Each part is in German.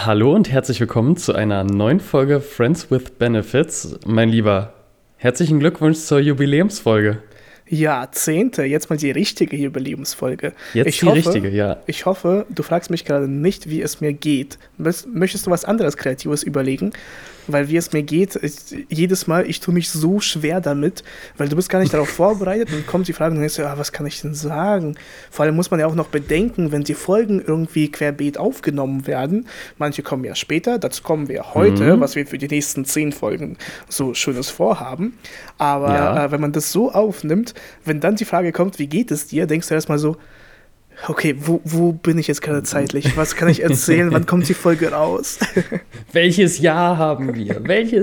Hallo und herzlich willkommen zu einer neuen Folge Friends with Benefits. Mein Lieber, herzlichen Glückwunsch zur Jubiläumsfolge. Ja, 10. Jetzt mal die richtige Jubiläumsfolge. Richtige, ja. Ich hoffe, du fragst mich gerade nicht, wie es mir geht. Möchtest du was anderes Kreatives überlegen? Weil wie es mir geht, jedes Mal, ich tue mich so schwer damit, weil du bist gar nicht darauf vorbereitet und kommt die Frage und denkst du, was kann ich denn sagen? Vor allem muss man ja auch noch bedenken, wenn die Folgen irgendwie querbeet aufgenommen werden. Manche kommen ja später, dazu kommen wir heute, was wir für die nächsten 10 Folgen so Schönes vorhaben. Aber wenn man das so aufnimmt, wenn dann die Frage kommt, wie geht es dir, denkst du erstmal so, okay, wo bin ich jetzt gerade zeitlich? Was kann ich erzählen? Wann kommt die Folge raus? Welches Jahr haben wir?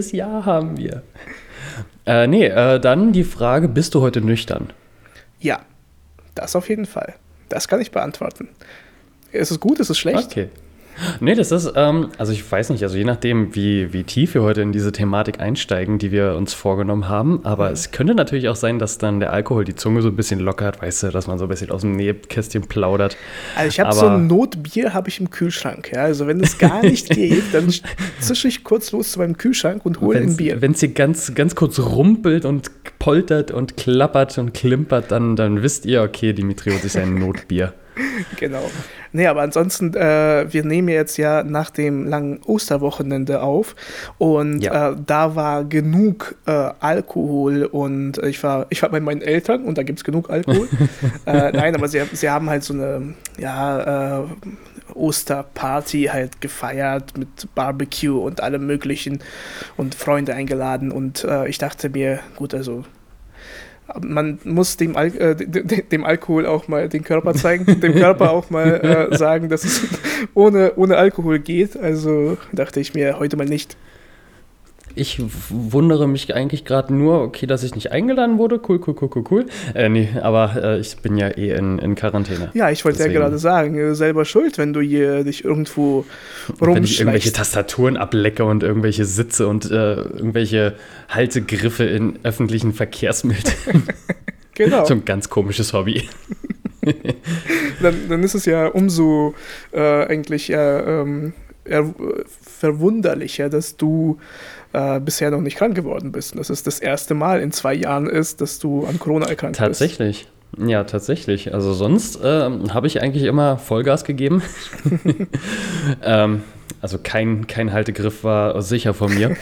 Dann die Frage, bist du heute nüchtern? Ja, das auf jeden Fall. Das kann ich beantworten. Ist es gut, ist es schlecht? Okay. Nee, das ist, also ich weiß nicht, also je nachdem, wie tief wir heute in diese Thematik einsteigen, die wir uns vorgenommen haben, aber es könnte natürlich auch sein, dass dann der Alkohol die Zunge so ein bisschen lockert, weißt du, dass man so ein bisschen aus dem Nähkästchen plaudert. Also ich habe so ein Notbier habe ich im Kühlschrank, ja, also wenn es gar nicht geht, dann zische ich kurz los zu meinem Kühlschrank und hole ein Bier. Wenn es hier ganz kurz rumpelt und poltert und klappert und klimpert, dann wisst ihr, okay, Dimitri holt sich ein Notbier. Genau. Nee, aber ansonsten, wir nehmen jetzt ja nach dem langen Osterwochenende auf und da war genug Alkohol und ich war bei meinen Eltern und da gibt es genug Alkohol. Nein, aber sie haben halt so eine, Osterparty halt gefeiert mit Barbecue und allem möglichen und Freunde eingeladen und ich dachte mir, gut, also man muss dem Alkohol auch mal den Körper zeigen, dem Körper auch mal sagen, dass es ohne Alkohol geht. Also dachte ich mir heute mal nicht. Ich wundere mich eigentlich gerade nur, okay, dass ich nicht eingeladen wurde. Cool. Aber ich bin ja eh in Quarantäne. Ja, ich wollte ja gerade sagen, selber schuld, wenn du hier dich irgendwo rumschleichst. Wenn ich irgendwelche Tastaturen ablecke und irgendwelche Sitze und irgendwelche Haltegriffe in öffentlichen Verkehrsmitteln. Genau. So ein ganz komisches Hobby. Dann ist es ja umso eigentlich verwunderlicher, dass du bisher noch nicht krank geworden bist. Und dass es das erste Mal in 2 Jahren ist, dass du an Corona erkrankt bist. Tatsächlich. Ja, tatsächlich. Also sonst habe ich eigentlich immer Vollgas gegeben. Also kein Haltegriff war sicher von mir.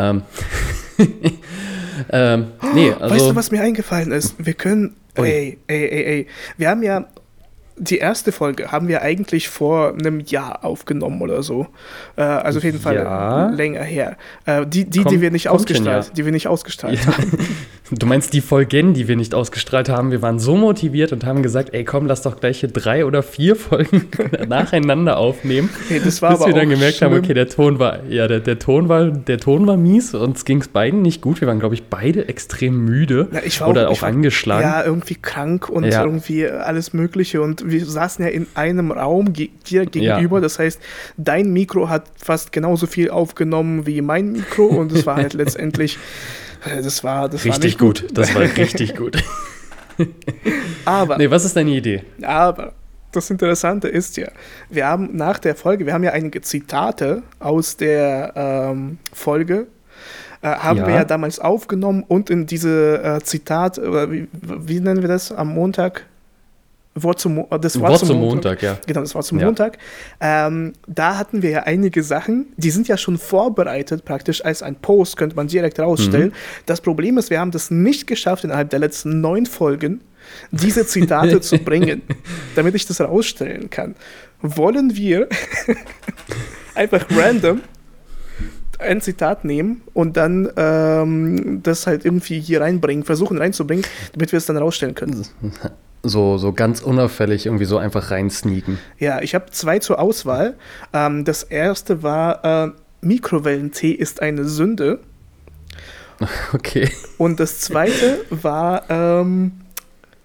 Weißt du, was mir eingefallen ist? Wir können... Ey. Wir haben ja... Die erste Folge haben wir eigentlich vor einem Jahr aufgenommen oder so. Also auf jeden Fall länger her. Die wir nicht ausgestrahlt haben. Du meinst die Folgen, die wir nicht ausgestrahlt haben? Wir waren so motiviert und haben gesagt, ey komm, lass doch gleich hier 3 oder 4 Folgen nacheinander aufnehmen. Hey, das war bis aber wir dann gemerkt schlimm. haben, okay, der Ton war mies, uns ging es beiden nicht gut. Wir waren, glaube ich, beide extrem müde oder auch angeschlagen. Ja, irgendwie krank und irgendwie alles Mögliche und wir saßen ja in einem Raum dir gegenüber, das heißt, dein Mikro hat fast genauso viel aufgenommen wie mein Mikro und es war halt letztendlich, das war richtig gut. Das war richtig gut. Aber, was ist deine Idee? Aber das Interessante ist ja, wir haben nach der Folge, wir haben ja einige Zitate aus der Folge, haben wir ja damals aufgenommen und in diese Zitat, wie nennen wir das, am Montag? Wort zum Montag, ja. Genau, das Wort zum Montag. Da hatten wir ja einige Sachen, die sind ja schon vorbereitet, praktisch als ein Post, könnte man direkt rausstellen. Das Problem ist, wir haben das nicht geschafft, innerhalb der letzten 9 Folgen diese Zitate zu bringen, damit ich das rausstellen kann. Wollen wir einfach random ein Zitat nehmen und dann das halt irgendwie hier versuchen reinzubringen, damit wir es dann rausstellen können. So ganz unauffällig irgendwie so einfach reinsneaken. Ja, ich habe 2 zur Auswahl. Das erste war, Mikrowellentee ist eine Sünde. Okay. Und das zweite war,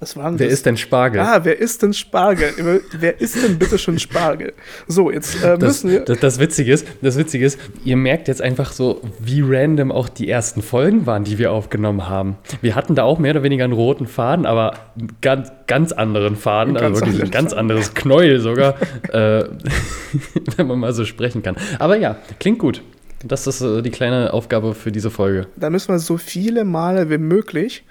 Was war denn Wer das? ist denn Spargel? Wer ist denn Spargel? Wer ist denn bitte schon Spargel? So, jetzt müssen wir... Das Witzige ist, ihr merkt jetzt einfach so, wie random auch die ersten Folgen waren, die wir aufgenommen haben. Wir hatten da auch mehr oder weniger einen roten Faden, aber ganz, ganz anderen Faden, also wirklich ein ganz anderes Knäuel sogar, wenn man mal so sprechen kann. Aber ja, klingt gut. Das ist die kleine Aufgabe für diese Folge. Da müssen wir so viele Male wie möglich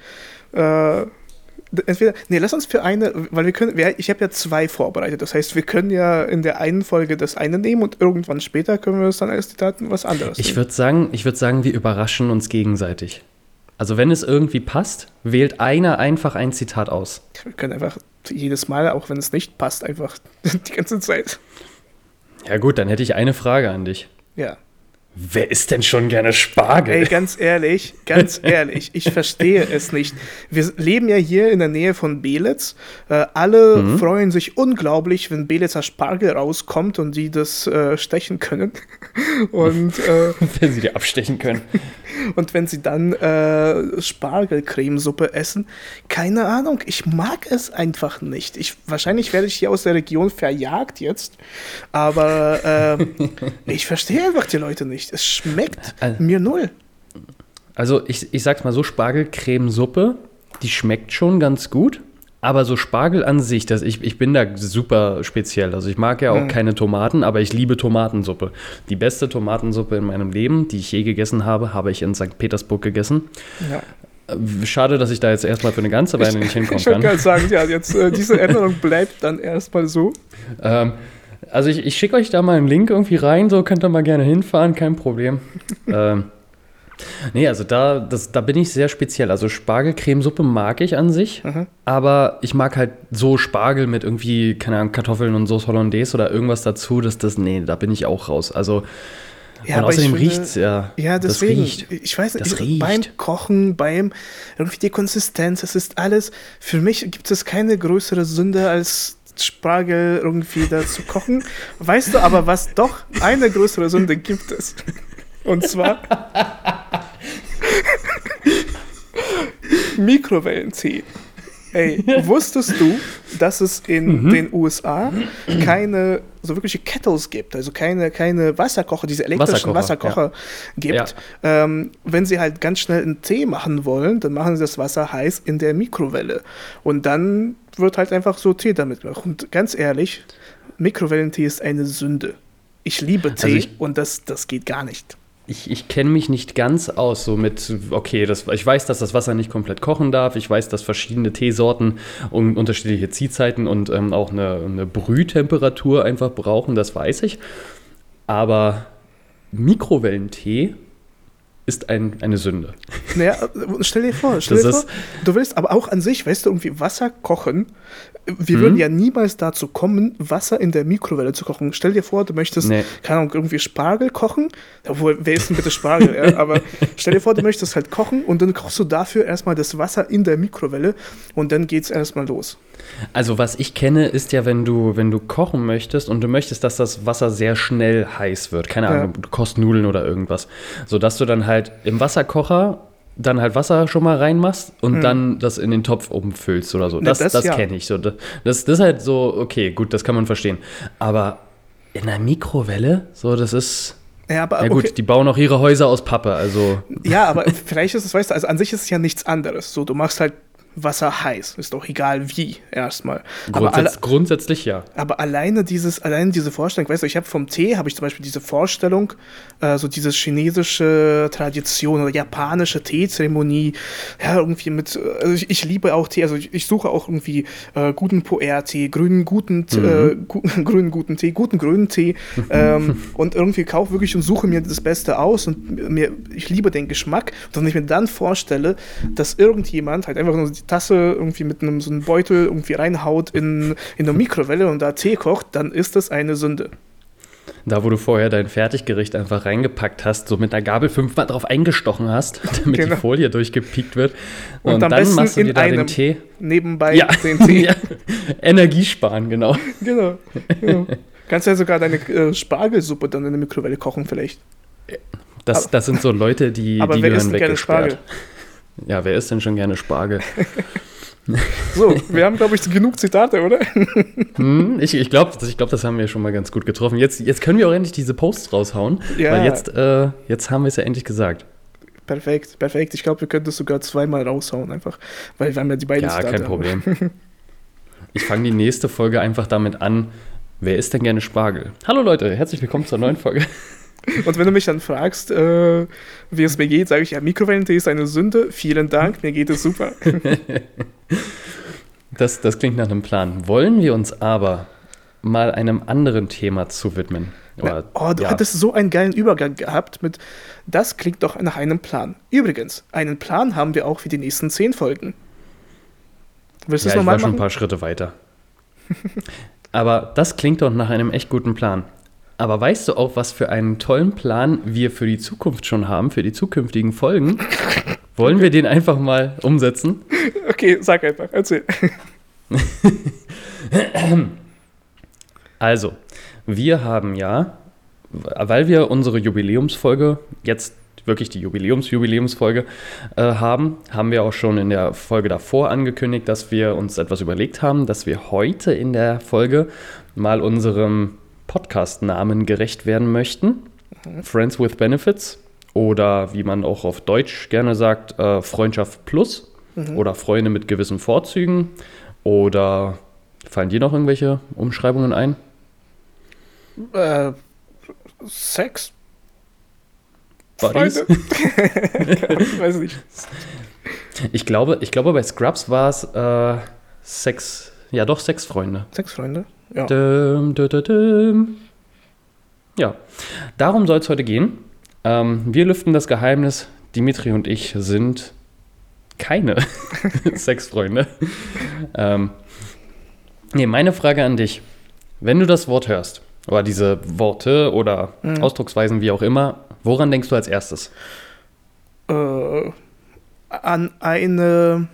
lass uns für eine, weil ich habe ja 2 vorbereitet, das heißt, wir können ja in der einen Folge das eine nehmen und irgendwann später können wir uns dann als Zitaten was anderes nehmen. Ich würde sagen, wir überraschen uns gegenseitig. Also wenn es irgendwie passt, wählt einer einfach ein Zitat aus. Wir können einfach jedes Mal, auch wenn es nicht passt, einfach die ganze Zeit. Ja gut, dann hätte ich eine Frage an dich. Ja. Wer isst denn schon gerne Spargel? Ey, ganz ehrlich, ich verstehe es nicht. Wir leben ja hier in der Nähe von Belitz. Alle freuen sich unglaublich, wenn Belitzer Spargel rauskommt und die das stechen können. Und wenn sie die abstechen können. Und wenn sie dann Spargelcremesuppe essen, keine Ahnung, ich mag es einfach nicht. Wahrscheinlich werde ich hier aus der Region verjagt jetzt, aber ich verstehe einfach die Leute nicht. Es schmeckt mir null. Also ich sag's mal so, Spargelcremesuppe, die schmeckt schon ganz gut. Aber so Spargel an sich, ich bin da super speziell. Also ich mag ja auch keine Tomaten, aber ich liebe Tomatensuppe. Die beste Tomatensuppe in meinem Leben, die ich je gegessen habe, habe ich in St. Petersburg gegessen. Ja. Schade, dass ich da jetzt erstmal für eine ganze Weile nicht hinkommen kann. Ich wollte gerade sagen, ja, jetzt diese Änderung bleibt dann erstmal so. Also ich schicke euch da mal einen Link irgendwie rein, so könnt ihr mal gerne hinfahren, kein Problem. Nee, also da bin ich sehr speziell. Also Spargelcremesuppe mag ich an sich, aber ich mag halt so Spargel mit irgendwie, keine Ahnung, Kartoffeln und Sauce Hollandaise oder irgendwas dazu, da bin ich auch raus. Also ja, und außerdem riecht's ja. Ja, deswegen. Das riecht. Ich weiß nicht, das riecht. Beim Kochen, irgendwie die Konsistenz, es ist alles. Für mich gibt es keine größere Sünde als Spargel irgendwie da zu kochen. Weißt du aber, was doch eine größere Sünde gibt es? Und zwar Mikrowellentee. Ey, wusstest du, dass es in den USA keine so wirkliche Kettles gibt, also keine Wasserkocher, diese elektrischen Wasserkocher gibt. Ja. Wenn sie halt ganz schnell einen Tee machen wollen, dann machen sie das Wasser heiß in der Mikrowelle. Und dann wird halt einfach so Tee damit gemacht. Und ganz ehrlich, Mikrowellentee ist eine Sünde. Ich liebe Tee und das geht gar nicht. Ich kenne mich nicht ganz aus, so mit, okay, ich weiß, dass das Wasser nicht komplett kochen darf, ich weiß, dass verschiedene Teesorten unterschiedliche Ziehzeiten und auch eine Brühtemperatur einfach brauchen, das weiß ich. Aber Mikrowellentee ist eine Sünde. Naja, stell dir vor, du willst aber auch an sich, weißt du, irgendwie Wasser kochen. Wir würden ja niemals dazu kommen, Wasser in der Mikrowelle zu kochen. Stell dir vor, du möchtest, keine Ahnung, irgendwie Spargel kochen. Obwohl, wer ist denn bitte Spargel? Ja? Aber stell dir vor, du möchtest halt kochen und dann kochst du dafür erstmal das Wasser in der Mikrowelle und dann geht's erstmal los. Also was ich kenne, ist ja, wenn du kochen möchtest und du möchtest, dass das Wasser sehr schnell heiß wird. Keine Ahnung, du kochst Nudeln oder irgendwas. Sodass du dann halt im Wasserkocher dann halt Wasser schon mal reinmachst und dann das in den Topf oben füllst oder so. Das kenne ich so. Das ist halt so, okay, gut, das kann man verstehen. Aber in einer Mikrowelle, so, das ist... Ja, gut, okay. Die bauen auch ihre Häuser aus Pappe, also... Ja, aber vielleicht ist es, weißt du, also an sich ist es ja nichts anderes. So, du machst halt Wasser heiß, ist doch egal wie, erstmal. Grundsätzlich ja. Aber alleine diese Vorstellung, weißt du, vom Tee habe ich zum Beispiel diese Vorstellung, so diese chinesische Tradition oder japanische Teezeremonie, ja, irgendwie also ich liebe auch Tee, also ich suche auch irgendwie guten Pu'er-Tee, grünen guten grünen Tee und irgendwie kaufe wirklich und suche mir das Beste aus und ich liebe den Geschmack. Und wenn ich mir dann vorstelle, dass irgendjemand halt einfach nur die Tasse irgendwie mit so einem Beutel irgendwie reinhaut in eine Mikrowelle und da Tee kocht, dann ist das eine Sünde. Da, wo du vorher dein Fertiggericht einfach reingepackt hast, so mit einer Gabel 5-mal drauf eingestochen hast, damit die Folie durchgepiegt wird. Und dann machst du dir da den Tee. Nebenbei den Tee. Ja. Energie sparen, genau. Genau. Kannst ja sogar deine Spargelsuppe dann in der Mikrowelle kochen vielleicht. Das sind so Leute, die aber die wer gehören isst denn gerne weggesperrt. Spargel? Ja, wer isst denn schon gerne Spargel? So, wir haben, glaube ich, genug Zitate, oder? Ich glaube, das haben wir schon mal ganz gut getroffen. Jetzt können wir auch endlich diese Posts raushauen, weil jetzt haben wir es ja endlich gesagt. Perfekt. Ich glaube, wir könnten es sogar zweimal raushauen, einfach, weil wir haben ja die beiden Zitate. Ja, kein Problem. Ich fange die nächste Folge einfach damit an, wer isst denn gerne Spargel? Hallo Leute, herzlich willkommen zur neuen Folge. Und wenn du mich dann fragst, wie es mir geht, sage ich, ja, Mikrowellentee ist eine Sünde. Vielen Dank, mir geht es super. Das klingt nach einem Plan. Wollen wir uns aber mal einem anderen Thema zuwidmen? Du hattest so einen geilen Übergang gehabt mit, das klingt doch nach einem Plan. Übrigens, einen Plan haben wir auch für die nächsten 10 Folgen. Willst du es nochmal machen? Ich war schon ein paar Schritte weiter. Aber das klingt doch nach einem echt guten Plan. Aber weißt du auch, was für einen tollen Plan wir für die Zukunft schon haben, für die zukünftigen Folgen? Wollen wir den einfach mal umsetzen? Okay, sag einfach, erzähl. Also, wir haben ja, weil wir unsere Jubiläumsfolge, jetzt wirklich die Jubiläumsfolge haben wir auch schon in der Folge davor angekündigt, dass wir uns etwas überlegt haben, dass wir heute in der Folge mal unserem Podcast-Namen gerecht werden möchten. Friends with Benefits oder wie man auch auf Deutsch gerne sagt, Freundschaft Plus oder Freunde mit gewissen Vorzügen oder fallen dir noch irgendwelche Umschreibungen ein? Sex? Buddies? Ich weiß nicht. Ich glaube, bei Scrubs war es Sex, ja doch, Sexfreunde. Sexfreunde? Ja. Ja, darum soll es heute gehen. Wir lüften das Geheimnis, Dimitri und ich sind keine Sexfreunde. Meine Frage an dich, wenn du das Wort hörst, oder diese Worte oder Ausdrucksweisen, wie auch immer, woran denkst du als erstes? An eine...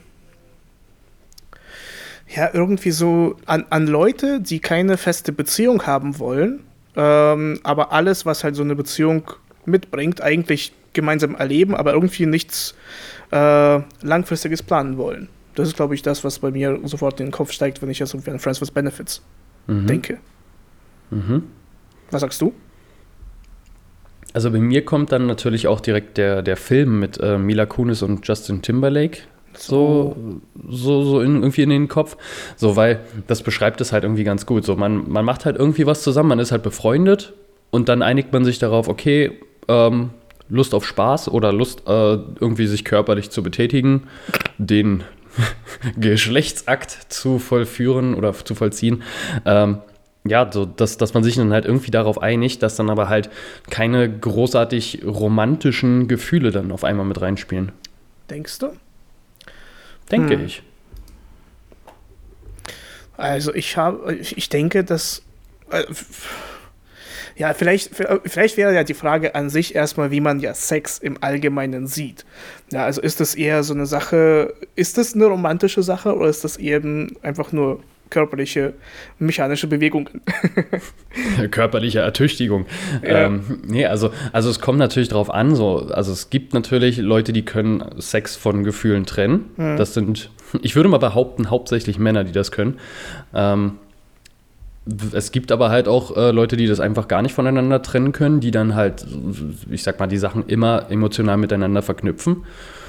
Ja, irgendwie so an Leute, die keine feste Beziehung haben wollen, aber alles, was halt so eine Beziehung mitbringt, eigentlich gemeinsam erleben, aber irgendwie nichts Langfristiges planen wollen. Das ist, glaube ich, das, was bei mir sofort in den Kopf steigt, wenn ich jetzt irgendwie an Friends with Benefits denke. Was sagst du? Also bei mir kommt dann natürlich auch direkt der Film mit Mila Kunis und Justin Timberlake so irgendwie in den Kopf. So, weil das beschreibt es halt irgendwie ganz gut. So, man macht halt irgendwie was zusammen, man ist halt befreundet und dann einigt man sich darauf, okay, Lust auf Spaß oder Lust irgendwie sich körperlich zu betätigen, den Geschlechtsakt zu vollführen oder zu vollziehen. So, dass man sich dann halt irgendwie darauf einigt, dass dann aber halt keine großartig romantischen Gefühle dann auf einmal mit reinspielen. Denkst du? Denke ich. Also ich denke, dass vielleicht wäre ja die Frage an sich erstmal, wie man ja Sex im Allgemeinen sieht. Ja, also ist das eher so eine Sache, ist das eine romantische Sache oder ist das eben einfach nur körperliche, mechanische Bewegungen? Körperliche Ertüchtigung. Ja. Also es kommt natürlich drauf an, also es gibt natürlich Leute, die können Sex von Gefühlen trennen. Das sind, ich würde mal behaupten, hauptsächlich Männer, die das können. Es gibt aber halt auch Leute, die das einfach gar nicht voneinander trennen können, die dann halt, ich sag mal, die Sachen immer emotional miteinander verknüpfen.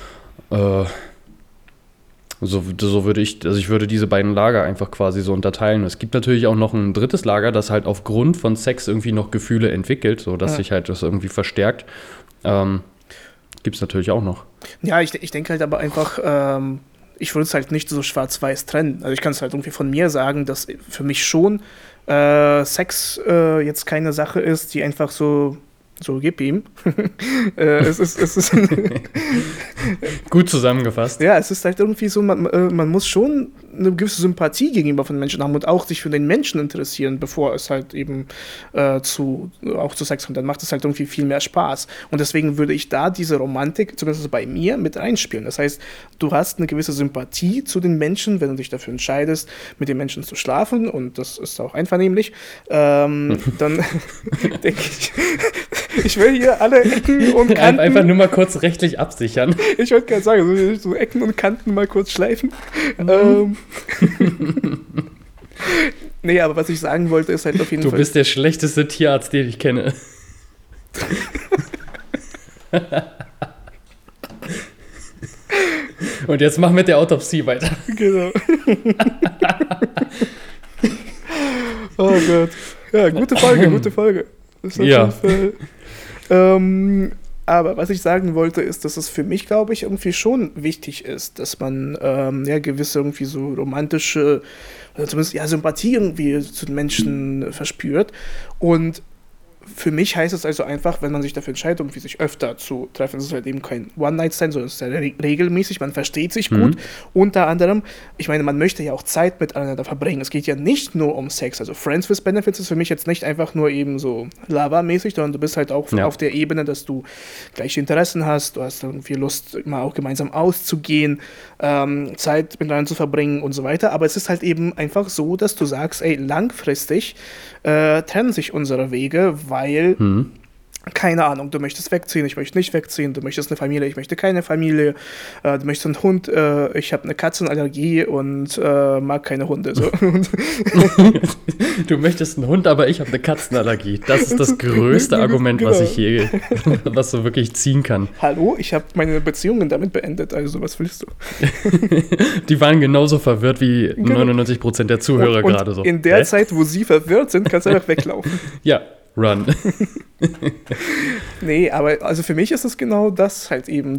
So würde ich würde diese beiden Lager einfach quasi so unterteilen. Es gibt natürlich auch noch ein drittes Lager, das halt aufgrund von Sex irgendwie noch Gefühle entwickelt, sodass sich halt das irgendwie verstärkt. Gibt es natürlich auch noch. Ja, ich denke halt aber einfach, ich würde es halt nicht so schwarz-weiß trennen. Also ich kann es halt irgendwie von mir sagen, dass für mich schon Sex jetzt keine Sache ist, die einfach so gib ihm. Es ist gut zusammengefasst. Ja, es ist halt irgendwie so, man muss schon eine gewisse Sympathie gegenüber von Menschen haben und auch sich für den Menschen interessieren, bevor es halt eben zu Sex kommt, dann macht es halt irgendwie viel mehr Spaß. Und deswegen würde ich da diese Romantik, zumindest bei mir, mit einspielen. Das heißt, du hast eine gewisse Sympathie zu den Menschen, wenn du dich dafür entscheidest, mit den Menschen zu schlafen, und das ist auch einvernehmlich, dann denke ich will hier alle Ecken und Kanten... Einfach nur mal kurz rechtlich absichern. Ich wollte gerade sagen, so Ecken und Kanten mal kurz schleifen. Nee, aber was ich sagen wollte, ist halt auf jeden Fall... Du bist der schlechteste Tierarzt, den ich kenne. Und jetzt mach mit der Autopsie weiter. Genau. Oh Gott. Ja, gute Folge. Das ist auf jeden Fall... aber was ich sagen wollte, ist, dass es für mich, glaube ich, irgendwie schon wichtig ist, dass man gewisse irgendwie so romantische, oder zumindest Sympathie irgendwie zu den Menschen verspürt. Und für mich heißt es also einfach, wenn man sich dafür entscheidet, irgendwie sich öfter zu treffen, es ist halt eben kein One-Night-Stand, sondern es ist ja regelmäßig, man versteht sich gut. Unter anderem, ich meine, man möchte ja auch Zeit miteinander verbringen. Es geht ja nicht nur um Sex. Also Friends with Benefits ist für mich jetzt nicht einfach nur eben so Lava-mäßig, sondern du bist halt auch auf der Ebene, dass du gleiche Interessen hast, du hast irgendwie Lust, mal auch gemeinsam auszugehen, Zeit miteinander zu verbringen und so weiter. Aber es ist halt eben einfach so, dass du sagst, ey, langfristig trennen sich unsere Wege, weil, keine Ahnung, du möchtest wegziehen, ich möchte nicht wegziehen, du möchtest eine Familie, ich möchte keine Familie, du möchtest einen Hund, ich habe eine Katzenallergie und mag keine Hunde. So. Du möchtest einen Hund, aber ich habe eine Katzenallergie. Das ist das größte Argument, was du wirklich ziehen kann. Hallo, ich habe meine Beziehungen damit beendet, also was willst du? Die waren genauso verwirrt wie 99% der Zuhörer gerade so. In der Zeit, wo sie verwirrt sind, kannst du einfach weglaufen. Ja. Run. Nee, aber also für mich ist es genau das halt eben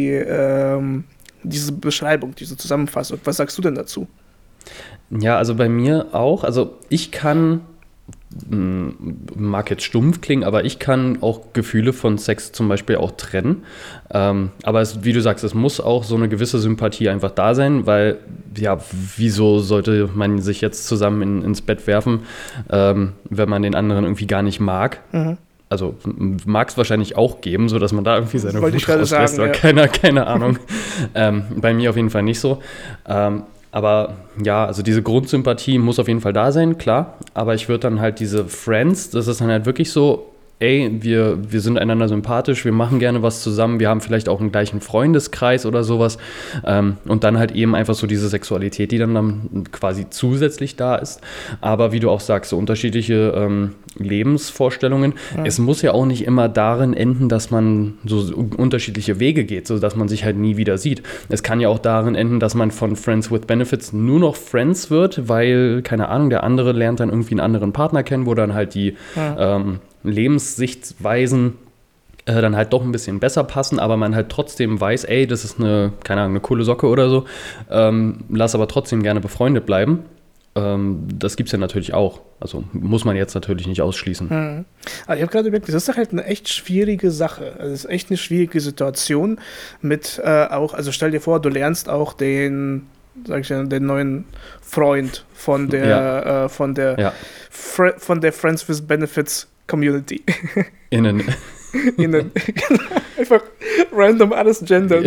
diese Beschreibung, diese Zusammenfassung. Was sagst du denn dazu? Ja, also bei mir auch. Also ich kann, mag jetzt stumpf klingen, aber ich kann auch Gefühle von Sex zum Beispiel auch trennen. Aber wie du sagst, es muss auch so eine gewisse Sympathie einfach da sein, weil, ja, wieso sollte man sich jetzt zusammen ins Bett werfen, wenn man den anderen irgendwie gar nicht mag? Also mag es wahrscheinlich auch geben, sodass man da irgendwie seine Wut rauslässt, oder keine Ahnung. Bei mir auf jeden Fall nicht so. Aber ja, also diese Grundsympathie muss auf jeden Fall da sein, klar. Aber ich würde dann halt diese Friends, das ist dann halt wirklich so, ey, wir sind einander sympathisch, wir machen gerne was zusammen, wir haben vielleicht auch einen gleichen Freundeskreis oder sowas. Und dann halt eben einfach so diese Sexualität, die dann quasi zusätzlich da ist. Aber wie du auch sagst, so unterschiedliche Lebensvorstellungen. Ja. Es muss ja auch nicht immer darin enden, dass man so unterschiedliche Wege geht, sodass man sich halt nie wieder sieht. Es kann ja auch darin enden, dass man von Friends with Benefits nur noch Friends wird, weil, keine Ahnung, der andere lernt dann irgendwie einen anderen Partner kennen, wo dann halt die Lebenssichtweisen dann halt doch ein bisschen besser passen, aber man halt trotzdem weiß, ey, das ist eine coole Socke oder so, lass aber trotzdem gerne befreundet bleiben. Das gibt's ja natürlich auch. Also muss man jetzt natürlich nicht ausschließen. Aber ich habe gerade gemerkt, das ist halt eine echt schwierige Sache. Also es ist echt eine schwierige Situation mit auch, also stell dir vor, du lernst auch den neuen Freund von der Friends with Benefits Community. Innen. Einfach random alles gendern.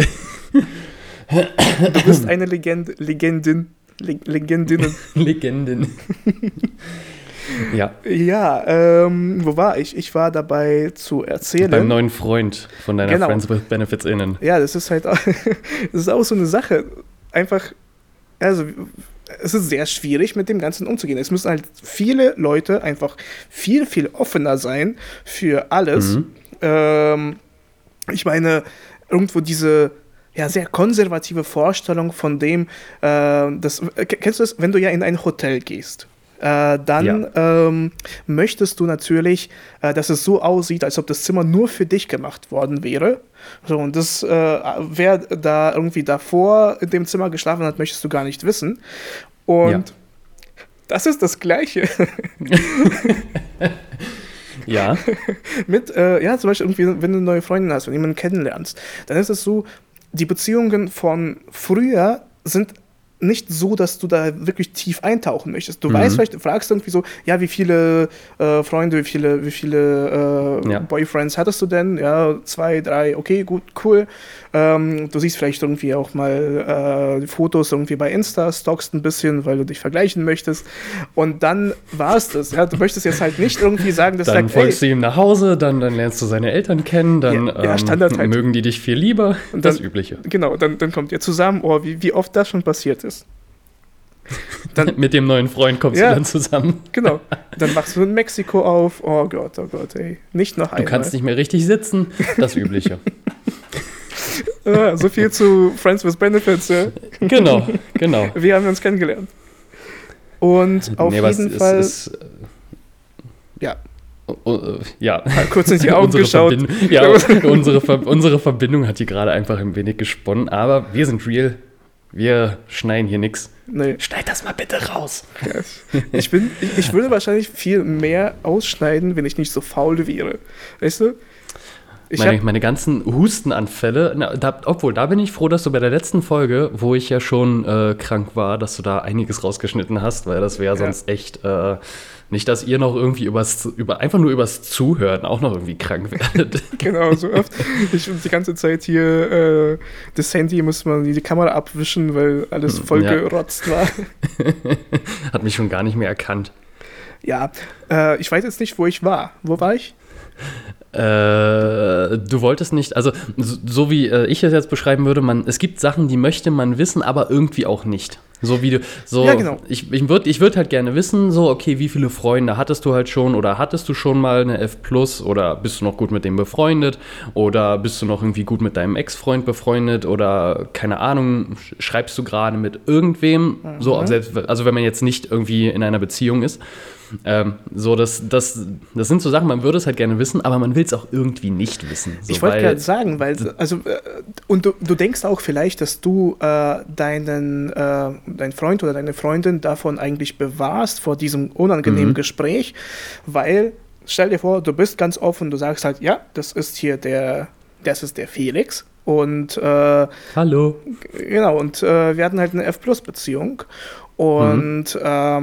Du bist eine Legendin. Ja. Ja, wo war ich? Ich war dabei zu erzählen. Beim neuen Freund von deiner Friends with Benefits innen. Ja, das ist halt auch, das ist auch so eine Sache. Einfach, also es ist sehr schwierig, mit dem Ganzen umzugehen. Es müssen halt viele Leute einfach viel, viel offener sein für alles. Ich meine, irgendwo diese sehr konservative Vorstellung von dem, kennst du das, wenn du ja in ein Hotel gehst? Dann möchtest du natürlich, dass es so aussieht, als ob das Zimmer nur für dich gemacht worden wäre. So, und das, wer da irgendwie davor in dem Zimmer geschlafen hat, möchtest du gar nicht wissen. Und das ist das Gleiche. Ja. Mit, zum Beispiel irgendwie, wenn du eine neue Freundin hast, wenn du jemanden kennenlernst, dann ist es so, die Beziehungen von früher sind nicht so, dass du da wirklich tief eintauchen möchtest. Du weißt vielleicht, du fragst irgendwie so, ja, wie viele Freunde, wie viele Boyfriends hattest du denn? Ja, 2, 3, okay, gut, cool. Du siehst vielleicht irgendwie auch mal Fotos irgendwie bei Insta, stalkst ein bisschen, weil du dich vergleichen möchtest. Und dann war es das. Ja? Du möchtest jetzt halt nicht irgendwie sagen, dass dann folgst du ihm nach Hause, dann lernst du seine Eltern kennen, dann Standard halt. Mögen die dich viel lieber. Und das dann, Übliche. Genau, dann kommt ihr zusammen. Oh, wie oft das schon passiert ist. Dann, mit dem neuen Freund kommst du dann zusammen. Genau. Dann machst du in Mexiko auf. Oh Gott, ey. Nicht noch einmal. Du kannst nicht mehr richtig sitzen. Das Übliche. So viel zu Friends with Benefits. Ja? Genau. Wie haben wir uns kennengelernt? Und auf jeden Fall... Ja. Kurz in die Augen geschaut. Unsere Verbindung hat hier gerade einfach ein wenig gesponnen, aber wir sind real. Wir schneiden hier nichts. Nee. Schneid das mal bitte raus. Ja. Ich würde wahrscheinlich viel mehr ausschneiden, wenn ich nicht so faul wäre. Weißt du? Meine ganzen Hustenanfälle, da bin ich froh, dass du bei der letzten Folge, wo ich ja schon krank war, dass du da einiges rausgeschnitten hast, weil das wäre sonst echt nicht, dass ihr noch irgendwie einfach nur übers Zuhören auch noch irgendwie krank werdet. Genau, so oft. Ich die ganze Zeit hier das Handy muss man die Kamera abwischen, weil alles voll gerotzt war. Hat mich schon gar nicht mehr erkannt. Ja, ich weiß jetzt nicht, wo ich war. Wo war ich? Du wolltest nicht, also so wie ich es jetzt beschreiben würde, es gibt Sachen, die möchte man wissen, aber irgendwie auch nicht. So wie du, so, ja, genau. Ich würd halt gerne wissen, so, okay, wie viele Freunde hattest du halt schon oder hattest du schon mal eine F+ oder bist du noch gut mit dem befreundet oder bist du noch irgendwie gut mit deinem Ex-Freund befreundet oder, keine Ahnung, schreibst du gerade mit irgendwem, so, selbst, also wenn man jetzt nicht irgendwie in einer Beziehung ist. So, das sind so Sachen, man würde es halt gerne wissen, aber man will es auch irgendwie nicht wissen. So, ich wollte gerade sagen, und du denkst auch vielleicht, dass du deinen Freund oder deine Freundin davon eigentlich bewahrst, vor diesem unangenehmen Gespräch, weil, stell dir vor, du bist ganz offen, du sagst halt, ja, das ist der Felix und hallo. Genau, und wir hatten halt eine F+-Beziehung und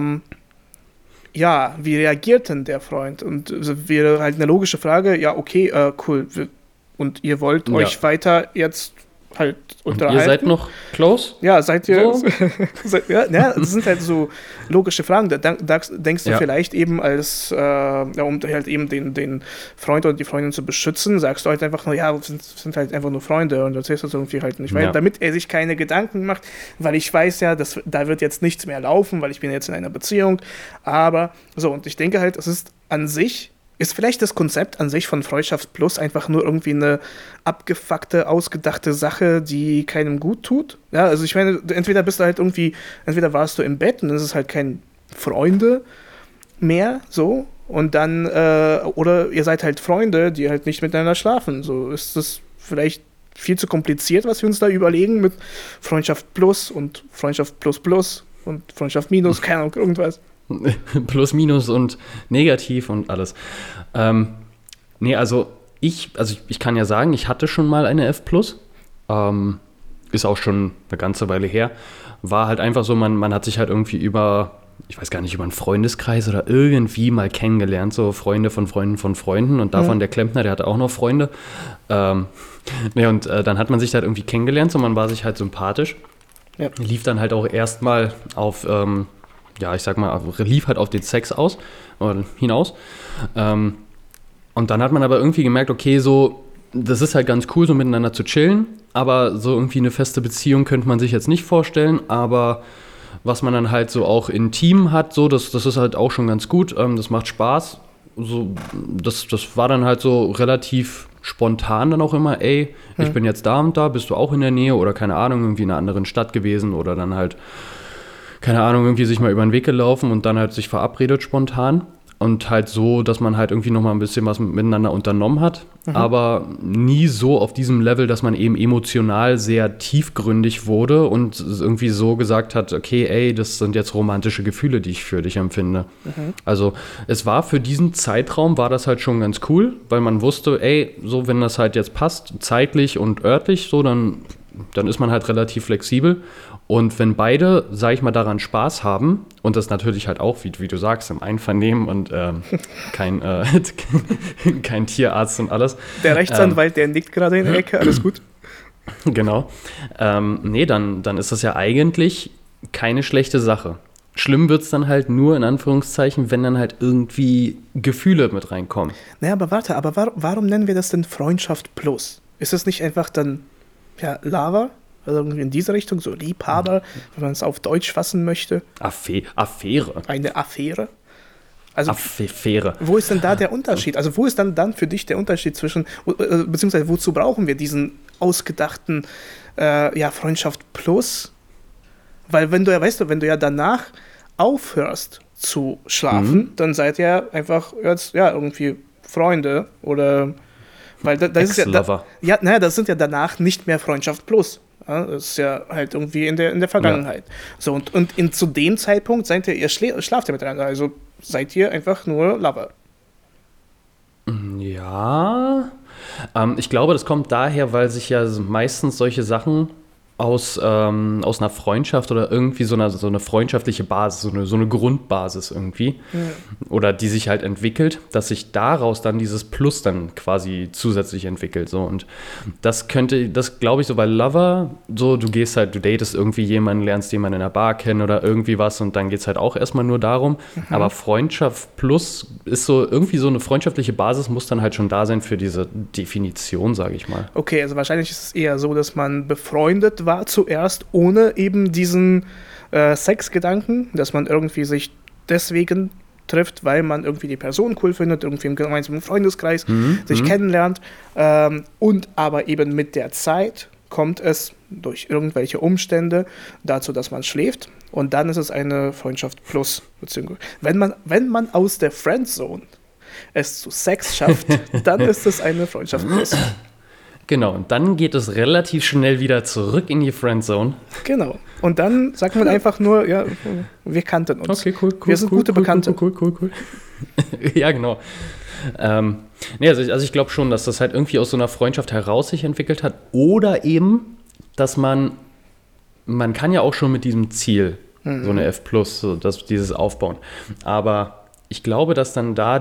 ja, wie reagiert denn der Freund? Und wäre halt eine logische Frage, ja, okay, cool. Und ihr wollt euch weiter jetzt halt unterhalten? Ihr seid noch close? Ja, seid ihr? So? Das sind halt so logische Fragen. Da denkst du vielleicht eben als, um halt eben den Freund oder die Freundin zu beschützen, sagst du halt einfach nur, ja, sind halt einfach nur Freunde und erzählst das irgendwie halt nicht weiter, damit er sich keine Gedanken macht, weil ich weiß ja, da wird jetzt nichts mehr laufen, weil ich bin jetzt in einer Beziehung, aber so, und ich denke halt, es ist an sich, ist vielleicht das Konzept an sich von Freundschaft Plus einfach nur irgendwie eine abgefuckte, ausgedachte Sache, die keinem gut tut? Ja, also ich meine, entweder warst du im Bett und es ist halt kein Freunde mehr, so, und dann, oder ihr seid halt Freunde, die halt nicht miteinander schlafen. So ist das vielleicht viel zu kompliziert, was wir uns da überlegen mit Freundschaft Plus und Freundschaft Plus Plus und Freundschaft Minus, keine Ahnung, irgendwas. Plus, Minus und Negativ und alles. Also ich kann ja sagen, ich hatte schon mal eine F+. Ist auch schon eine ganze Weile her. War halt einfach so, man hat sich halt irgendwie über einen Freundeskreis oder irgendwie mal kennengelernt, so Freunde von Freunden von Freunden und davon der Klempner, der hatte auch noch Freunde. Dann hat man sich halt irgendwie kennengelernt, so man war sich halt sympathisch. Ja. Lief dann halt auch erstmal auf lief halt auf den Sex hinaus. Und dann hat man aber irgendwie gemerkt, okay, so, das ist halt ganz cool, so miteinander zu chillen, aber so irgendwie eine feste Beziehung könnte man sich jetzt nicht vorstellen, aber was man dann halt so auch intim hat, so, das ist halt auch schon ganz gut, das macht Spaß. So, das war dann halt so relativ spontan dann auch immer, ich bin jetzt da und da, bist du auch in der Nähe oder keine Ahnung, irgendwie in einer anderen Stadt gewesen oder dann halt keine Ahnung, irgendwie sich mal über den Weg gelaufen und dann halt sich verabredet spontan und halt so, dass man halt irgendwie nochmal ein bisschen was miteinander unternommen hat, aber nie so auf diesem Level, dass man eben emotional sehr tiefgründig wurde und irgendwie so gesagt hat, okay, das sind jetzt romantische Gefühle, die ich für dich empfinde. Also es war für diesen Zeitraum, war das halt schon ganz cool, weil man wusste, so wenn das halt jetzt passt, zeitlich und örtlich, so dann dann ist man halt relativ flexibel. Und wenn beide, sage ich mal, daran Spaß haben und das natürlich halt auch, wie du sagst, im Einvernehmen und kein Tierarzt und alles. Der Rechtsanwalt, der nickt gerade in der Ecke, alles gut. Genau. Nee, dann ist das ja eigentlich keine schlechte Sache. Schlimm wird es dann halt nur, in Anführungszeichen, wenn dann halt irgendwie Gefühle mit reinkommen. Naja, aber warte, warum nennen wir das denn Freundschaft plus? Ist das nicht einfach dann, ja, Lava? Also irgendwie in diese Richtung, so Liebhaber, wenn man es auf Deutsch fassen möchte? Affäre. Eine Affäre? Also, Affäre. wo ist denn da der Unterschied? Also wo ist dann für dich der Unterschied zwischen, beziehungsweise wozu brauchen wir diesen ausgedachten Freundschaft plus? Weil wenn du ja danach aufhörst zu schlafen, dann seid ihr einfach jetzt, ja, irgendwie Freunde oder, weil das ist ja, das sind ja danach nicht mehr Freundschaft plus. Ja, das ist ja halt irgendwie in der Vergangenheit. Ja. So, und zu dem Zeitpunkt seid ihr schlaft ja miteinander, also seid ihr einfach nur Lover. Ja, ich glaube, das kommt daher, weil sich ja meistens solche Sachen aus einer Freundschaft oder irgendwie so eine freundschaftliche Basis, so eine Grundbasis irgendwie, oder die sich halt entwickelt, dass sich daraus dann dieses Plus dann quasi zusätzlich entwickelt. So. Und das glaube ich, so bei Lover, so du datest irgendwie jemanden, lernst jemanden in der Bar kennen oder irgendwie was und dann geht es halt auch erstmal nur darum. Aber Freundschaft Plus ist so irgendwie so eine freundschaftliche Basis, muss dann halt schon da sein für diese Definition, sage ich mal. Okay, also wahrscheinlich ist es eher so, dass man befreundet war zuerst, ohne eben diesen Sexgedanken, dass man irgendwie sich deswegen trifft, weil man irgendwie die Person cool findet, irgendwie im gemeinsamen Freundeskreis sich kennenlernt. Und aber eben mit der Zeit kommt es durch irgendwelche Umstände dazu, dass man schläft. Und dann ist es eine Freundschaft plus. Beziehungsweise wenn man aus der Friendzone es zu Sex schafft, dann ist es eine Freundschaft plus. Genau, und dann geht es relativ schnell wieder zurück in die Friendzone. Genau. Und dann sagt man einfach nur, ja, wir kannten uns. Okay, cool. Wir sind gute Bekannte. Cool. Ja, genau. Also ich glaube schon, dass das halt irgendwie aus so einer Freundschaft heraus sich entwickelt hat. Oder eben, dass man kann ja auch schon mit diesem Ziel, so eine F+, so dieses Aufbauen. Aber ich glaube, dass dann da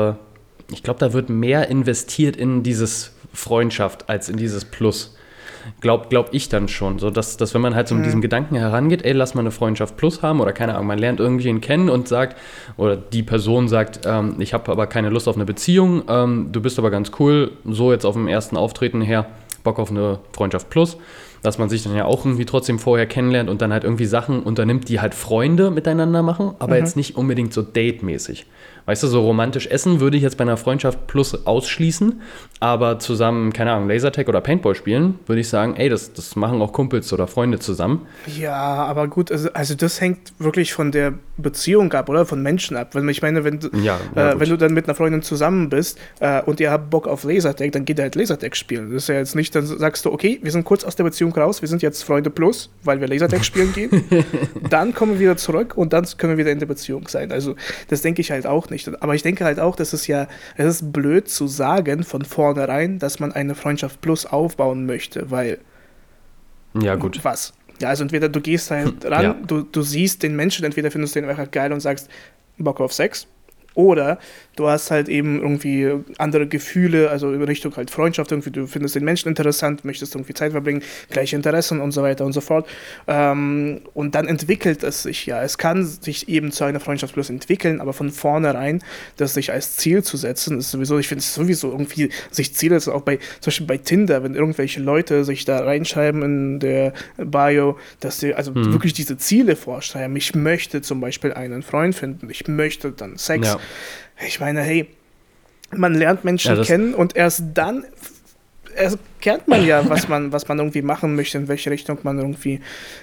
da wird mehr investiert in dieses Freundschaft als in dieses Plus. Glaub ich dann schon. So, dass wenn man halt so mit diesem Gedanken herangeht, ey, lass mal eine Freundschaft plus haben oder keine Ahnung, man lernt irgendwen kennen und sagt, oder die Person sagt, ich habe aber keine Lust auf eine Beziehung, du bist aber ganz cool, so jetzt auf dem ersten Auftreten her, Bock auf eine Freundschaft plus, dass man sich dann ja auch irgendwie trotzdem vorher kennenlernt und dann halt irgendwie Sachen unternimmt, die halt Freunde miteinander machen, aber jetzt nicht unbedingt so date-mäßig. Weißt du, so romantisch essen würde ich jetzt bei einer Freundschaft plus ausschließen, aber zusammen, keine Ahnung, Lasertag oder Paintball spielen, würde ich sagen, ey, das machen auch Kumpels oder Freunde zusammen. Ja, aber gut, also das hängt wirklich von der Beziehung ab, oder? Von Menschen ab. Ich meine, wenn du dann mit einer Freundin zusammen bist und ihr habt Bock auf Lasertag, dann geht ihr halt Lasertag spielen. Das ist ja jetzt nicht, dann sagst du, okay, wir sind kurz aus der Beziehung raus, wir sind jetzt Freunde plus, weil wir Lasertag spielen gehen. Dann kommen wir wieder zurück und dann können wir wieder in der Beziehung sein. Also das denke ich halt auch nicht. Aber ich denke halt auch, es ist blöd zu sagen von vornherein, dass man eine Freundschaft plus aufbauen möchte, weil ja, gut. Was? Ja, also entweder du gehst halt ran, du siehst den Menschen, entweder findest du den einfach geil und sagst, Bock auf Sex, oder du hast halt eben irgendwie andere Gefühle, also in Richtung halt Freundschaft, irgendwie du findest den Menschen interessant, möchtest irgendwie Zeit verbringen, gleiche Interessen und so weiter und so fort. Und dann entwickelt es sich ja. Es kann sich eben zu einer Freundschaft plus entwickeln, aber von vornherein das sich als Ziel zu setzen, ist sowieso, ich finde es sowieso irgendwie, sich Ziele, also auch zum Beispiel bei Tinder, wenn irgendwelche Leute sich da reinschreiben in der Bio, dass sie also wirklich diese Ziele vorschreiben. Ich möchte zum Beispiel einen Freund finden, ich möchte dann Sex. Ja. Ich meine, hey, man lernt Menschen kennen und erst dann erkennt man ja, was man irgendwie machen möchte, in welche Richtung man irgendwie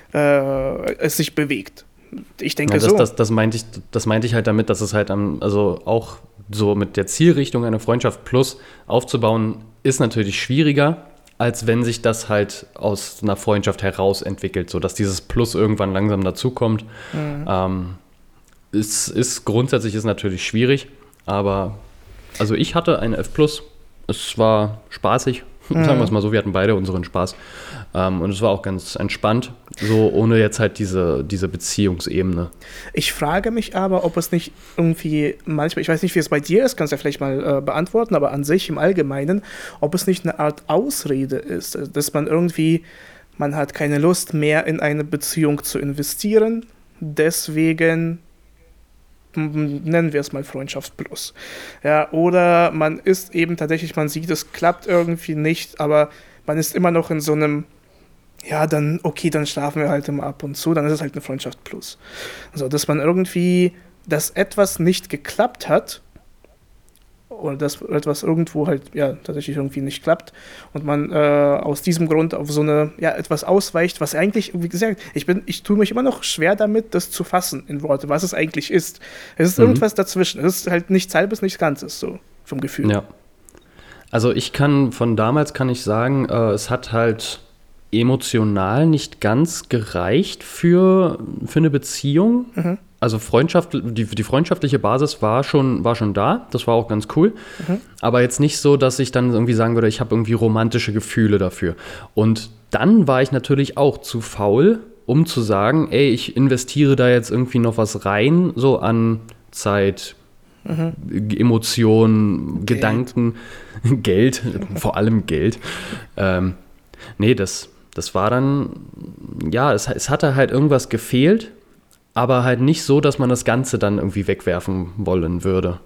es sich bewegt. Ich denke so. Das meinte ich halt damit, dass es halt also auch so mit der Zielrichtung eine Freundschaft plus aufzubauen, ist natürlich schwieriger, als wenn sich das halt aus einer Freundschaft heraus entwickelt, sodass dieses Plus irgendwann langsam dazukommt. Grundsätzlich ist natürlich schwierig, aber also ich hatte eine F+, es war spaßig, Sagen wir es mal so, wir hatten beide unseren Spaß. Und es war auch ganz entspannt, so ohne jetzt halt diese Beziehungsebene. Ich frage mich aber, ob es nicht irgendwie manchmal, ich weiß nicht, wie es bei dir ist, kannst du ja vielleicht mal beantworten, aber an sich im Allgemeinen, ob es nicht eine Art Ausrede ist, dass man hat keine Lust mehr in eine Beziehung zu investieren, deswegen nennen wir es mal Freundschaft plus. Ja, oder man ist eben tatsächlich, man sieht, es klappt irgendwie nicht, aber man ist immer noch in so einem, ja, dann, okay, dann schlafen wir halt immer ab und zu, dann ist es halt eine Freundschaft plus. Also, dass man irgendwie, dass etwas nicht geklappt hat, oder dass etwas irgendwo halt, ja, tatsächlich irgendwie nicht klappt und man aus diesem Grund auf so eine, ja, etwas ausweicht, was eigentlich, wie gesagt, ich tue mich immer noch schwer damit, das zu fassen in Worte, was es eigentlich ist. Es ist irgendwas dazwischen. Es ist halt nichts Halbes, nichts Ganzes, so vom Gefühl. Ja. Also von damals kann ich sagen, es hat halt emotional nicht ganz gereicht für eine Beziehung. Mhm. Also die freundschaftliche Basis war schon da, das war auch ganz cool, aber jetzt nicht so, dass ich dann irgendwie sagen würde, ich habe irgendwie romantische Gefühle dafür. Und dann war ich natürlich auch zu faul, um zu sagen, ey, ich investiere da jetzt irgendwie noch was rein, so an Zeit, Emotionen, Gedanken, Geld, vor allem Geld. Nee, das war dann, ja, es hatte halt irgendwas gefehlt, aber halt nicht so, dass man das Ganze dann irgendwie wegwerfen wollen würde.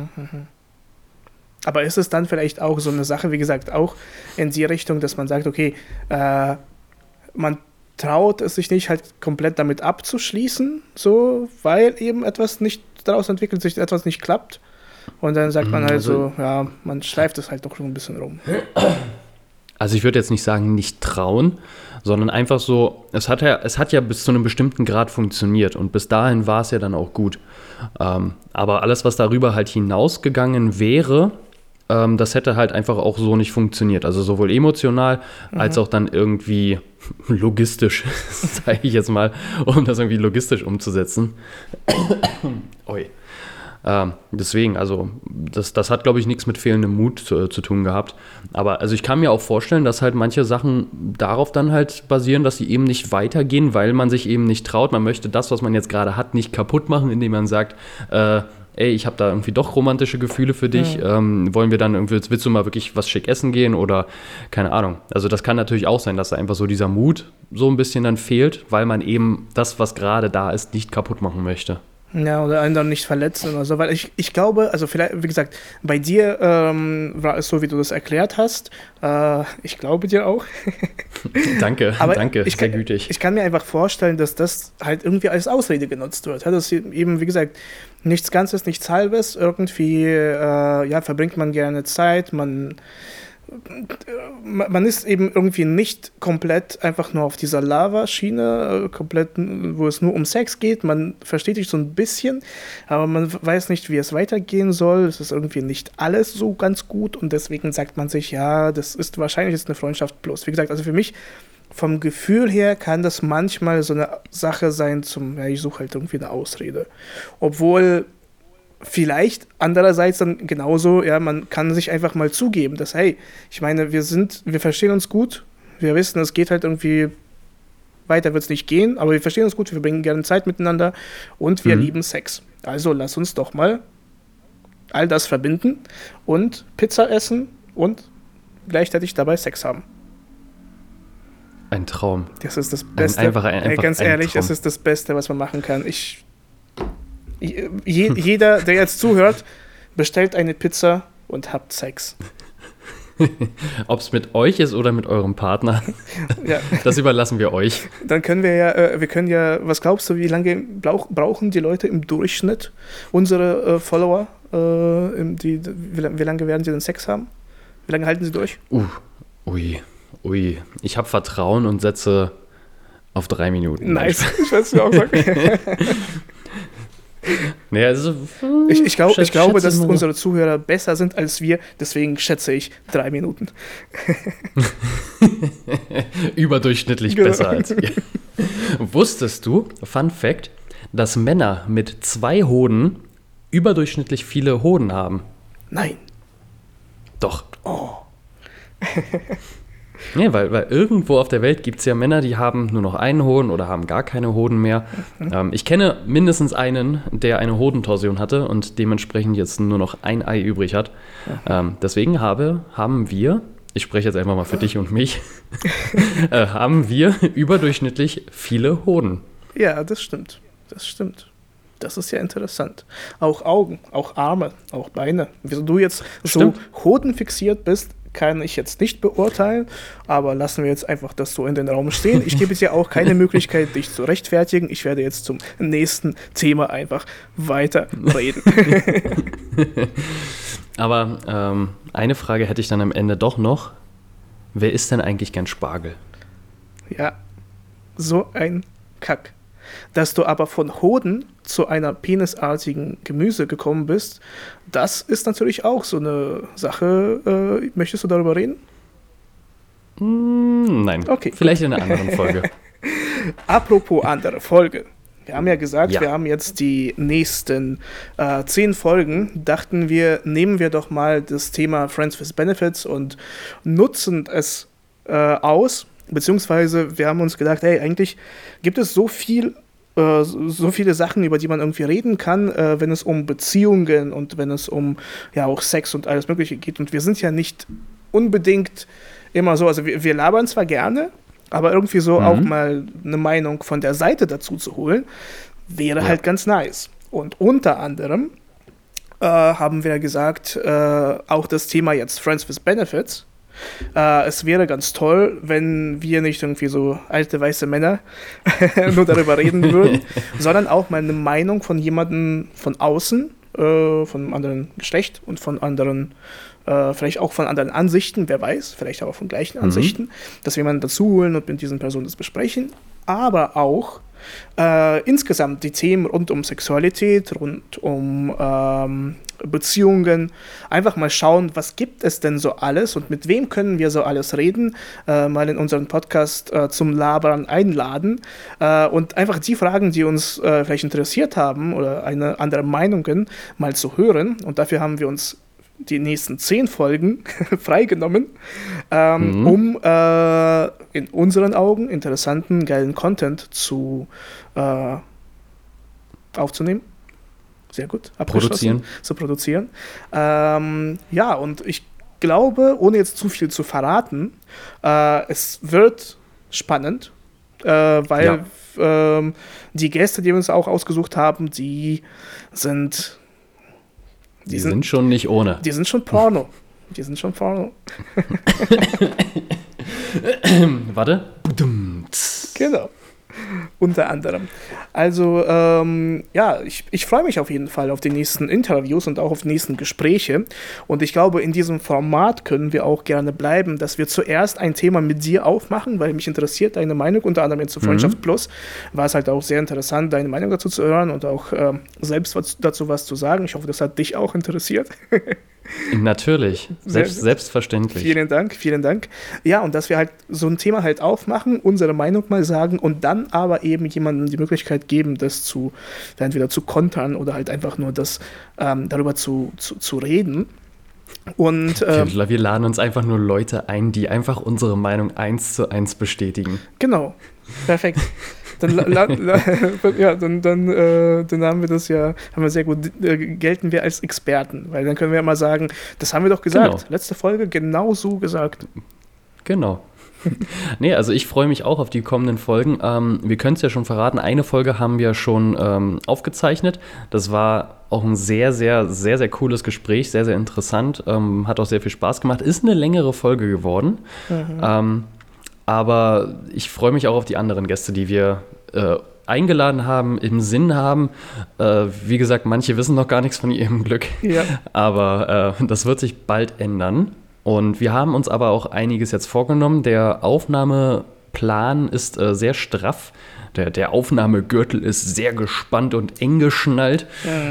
Aber ist es dann vielleicht auch so eine Sache, wie gesagt, auch in die Richtung, dass man sagt, okay, man traut es sich nicht halt komplett damit abzuschließen, so, weil eben etwas nicht daraus entwickelt sich, etwas nicht klappt. Und dann sagt man halt so, ja, man schleift es halt noch so ein bisschen rum. Also ich würde jetzt nicht sagen, nicht trauen, sondern einfach so, es hat ja bis zu einem bestimmten Grad funktioniert und bis dahin war es ja dann auch gut. Aber alles, was darüber halt hinausgegangen wäre, das hätte halt einfach auch so nicht funktioniert. Also sowohl emotional als auch dann irgendwie logistisch, sage ich jetzt mal, um das irgendwie logistisch umzusetzen. Oi. Deswegen, also das hat, glaube ich, nichts mit fehlendem Mut zu tun gehabt. Aber also ich kann mir auch vorstellen, dass halt manche Sachen darauf dann halt basieren, dass sie eben nicht weitergehen, weil man sich eben nicht traut. Man möchte das, was man jetzt gerade hat, nicht kaputt machen, indem man sagt, ey, ich habe da irgendwie doch romantische Gefühle für dich. Wollen wir dann irgendwie, willst du mal wirklich was schick essen gehen oder keine Ahnung. Also das kann natürlich auch sein, dass da einfach so dieser Mut so ein bisschen dann fehlt, weil man eben das, was gerade da ist, nicht kaputt machen möchte. Ja, oder einen dann nicht verletzen oder so, weil ich glaube, also vielleicht, wie gesagt, bei dir war es so, wie du das erklärt hast. Ich glaube dir auch. Danke, sehr gütig. Ich kann mir einfach vorstellen, dass das halt irgendwie als Ausrede genutzt wird. Dass eben, wie gesagt, nichts Ganzes, nichts Halbes. Irgendwie, verbringt man gerne Zeit, man ist eben irgendwie nicht komplett einfach nur auf dieser Lava-Schiene, komplett, wo es nur um Sex geht. Man versteht sich so ein bisschen, aber man weiß nicht, wie es weitergehen soll. Es ist irgendwie nicht alles so ganz gut und deswegen sagt man sich, ja, das ist wahrscheinlich jetzt eine Freundschaft plus. Wie gesagt, also für mich vom Gefühl her kann das manchmal so eine Sache sein ich suche halt irgendwie eine Ausrede. Obwohl vielleicht andererseits dann genauso, ja, man kann sich einfach mal zugeben, dass, hey, ich meine, wir verstehen uns gut, wir wissen, es geht halt irgendwie, weiter wird es nicht gehen, aber wir verstehen uns gut, wir verbringen gerne Zeit miteinander und wir lieben Sex. Also lass uns doch mal all das verbinden und Pizza essen und gleichzeitig dabei Sex haben. Ein Traum. Das ist das Beste. Ganz ehrlich, Traum. Das ist das Beste, was man machen kann. Jeder, der jetzt zuhört, bestellt eine Pizza und habt Sex. Ob es mit euch ist oder mit eurem Partner, ja. Das überlassen wir euch. Dann können wir was glaubst du, wie lange brauchen die Leute im Durchschnitt, unsere Follower, wie lange werden sie denn Sex haben? Wie lange halten sie durch? Ui. Ich habe Vertrauen und setze auf 3 Minuten. Nice, ich weiß es auch sagen. Naja, also, ich glaube, dass unsere Zuhörer besser sind als wir, deswegen schätze ich 3 Minuten. Überdurchschnittlich besser als wir. Wusstest du, Fun Fact, dass Männer mit 2 Hoden überdurchschnittlich viele Hoden haben? Nein. Doch. Oh. Nee, weil irgendwo auf der Welt gibt es ja Männer, die haben nur noch einen Hoden oder haben gar keine Hoden mehr. Ich kenne mindestens einen, der eine Hodentorsion hatte und dementsprechend jetzt nur noch ein Ei übrig hat. Deswegen haben wir, ich spreche jetzt einfach mal für dich und mich, haben wir überdurchschnittlich viele Hoden. Ja, das stimmt. Das stimmt. Das ist ja interessant. Auch Augen, auch Arme, auch Beine. Wieso du jetzt Stimmt. so hodenfixiert bist, kann ich jetzt nicht beurteilen, aber lassen wir jetzt einfach das so in den Raum stehen. Ich gebe dir auch keine Möglichkeit, dich zu rechtfertigen. Ich werde jetzt zum nächsten Thema einfach weiter reden. Aber eine Frage hätte ich dann am Ende doch noch. Wer isst denn eigentlich gern Spargel? Ja, so ein Kack. Dass du aber von Hoden zu einer penisartigen Gemüse gekommen bist, das ist natürlich auch so eine Sache. Möchtest du darüber reden? Nein, Okay. Vielleicht in einer anderen Folge. Apropos andere Folge. Wir haben ja gesagt, wir haben jetzt die nächsten 10 Folgen. Dachten wir, nehmen wir doch mal das Thema Friends with Benefits und nutzen es aus. Beziehungsweise wir haben uns gedacht, hey, eigentlich gibt es so viele Sachen, über die man irgendwie reden kann, wenn es um Beziehungen und wenn es um ja auch Sex und alles Mögliche geht. Und wir sind ja nicht unbedingt immer so, also wir labern zwar gerne, aber irgendwie so auch mal eine Meinung von der Seite dazu zu holen, wäre halt ganz nice. Und unter anderem haben wir gesagt, auch das Thema jetzt Friends with Benefits. Es wäre ganz toll, wenn wir nicht irgendwie so alte weiße Männer nur darüber reden würden, sondern auch mal eine Meinung von jemandem von außen, von einem anderen Geschlecht und von anderen, vielleicht auch von anderen Ansichten, wer weiß, vielleicht auch von gleichen Ansichten, dass wir jemanden dazu holen und mit diesen Personen das besprechen, aber auch insgesamt die Themen rund um Sexualität, rund um Beziehungen, einfach mal schauen, was gibt es denn so alles und mit wem können wir so alles reden, mal in unseren Podcast zum Labern einladen und einfach die Fragen, die uns vielleicht interessiert haben oder eine andere Meinungen mal zu hören, und dafür haben wir uns die nächsten 10 Folgen freigenommen, um in unseren Augen interessanten, geilen Content aufzunehmen. Sehr gut. Zu produzieren. Ja, und ich glaube, ohne jetzt zu viel zu verraten, es wird spannend, weil die Gäste, die wir uns auch ausgesucht haben, die sind schon nicht ohne. Die sind schon Porno. Warte. Genau. Unter anderem. Also, ja, ich freue mich auf jeden Fall auf die nächsten Interviews und auch auf die nächsten Gespräche. Und ich glaube, in diesem Format können wir auch gerne bleiben, dass wir zuerst ein Thema mit dir aufmachen, weil mich interessiert deine Meinung, unter anderem zu Freundschaft Plus. War es halt auch sehr interessant, deine Meinung dazu zu hören und auch selbst dazu was zu sagen. Ich hoffe, das hat dich auch interessiert. Natürlich, selbstverständlich. Vielen Dank. Ja, und dass wir halt so ein Thema halt aufmachen, unsere Meinung mal sagen und dann aber eben jemandem die Möglichkeit geben, das entweder zu kontern oder halt einfach nur das darüber zu reden. Und wir laden uns einfach nur Leute ein, die einfach unsere Meinung 1:1 bestätigen. Genau, perfekt. Dann haben wir das ja, sehr gut, gelten wir als Experten, weil dann können wir ja mal sagen, das haben wir doch gesagt, genau. Letzte Folge genau so gesagt. Genau. Nee, also ich freue mich auch auf die kommenden Folgen. Wir können es ja schon verraten, eine Folge haben wir schon aufgezeichnet. Das war auch ein sehr, sehr, sehr, sehr cooles Gespräch, sehr, sehr interessant, hat auch sehr viel Spaß gemacht. Ist eine längere Folge geworden. Aber ich freue mich auch auf die anderen Gäste, die wir eingeladen haben, im Sinn haben. Wie gesagt, manche wissen noch gar nichts von ihrem Glück. Ja. Aber das wird sich bald ändern. Und wir haben uns aber auch einiges jetzt vorgenommen. Der Aufnahmeplan ist sehr straff. Der Aufnahmegürtel ist sehr gespannt und eng geschnallt.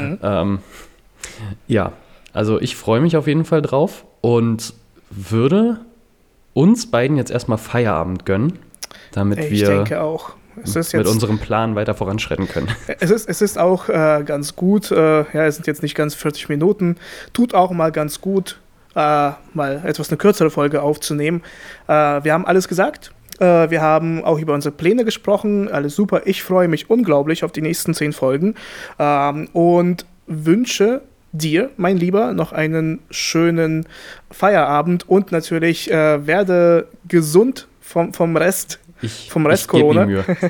Ja, also ich freue mich auf jeden Fall drauf und würde uns beiden jetzt erstmal Feierabend gönnen, damit wir denke auch. Mit unserem Plan weiter voranschreiten können. Es ist auch ganz gut, es sind jetzt nicht ganz 40 Minuten, tut auch mal ganz gut, mal etwas eine kürzere Folge aufzunehmen. Wir haben alles gesagt. Wir haben auch über unsere Pläne gesprochen. Alles super. Ich freue mich unglaublich auf die nächsten 10 Folgen und wünsche dir, mein Lieber, noch einen schönen Feierabend und natürlich werde gesund vom Rest Corona. Ich gebe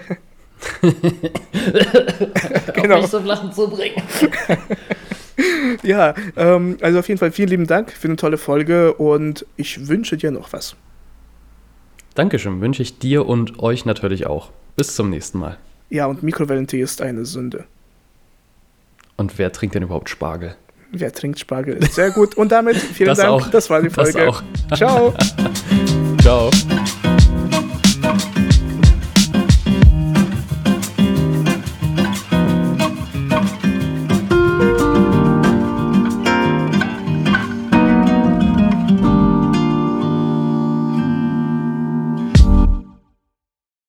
Genau. mich zum Lachen zu bringen. Ja, also auf jeden Fall vielen lieben Dank für eine tolle Folge und ich wünsche dir noch was. Dankeschön, wünsche ich dir und euch natürlich auch. Bis zum nächsten Mal. Ja, und Mikrowellentee ist eine Sünde. Und wer trinkt denn überhaupt Spargel? Wer trinkt Spargel ist sehr gut. Und damit vielen Das Dank. auch. Das war die Folge. Das auch. Ciao. Ciao.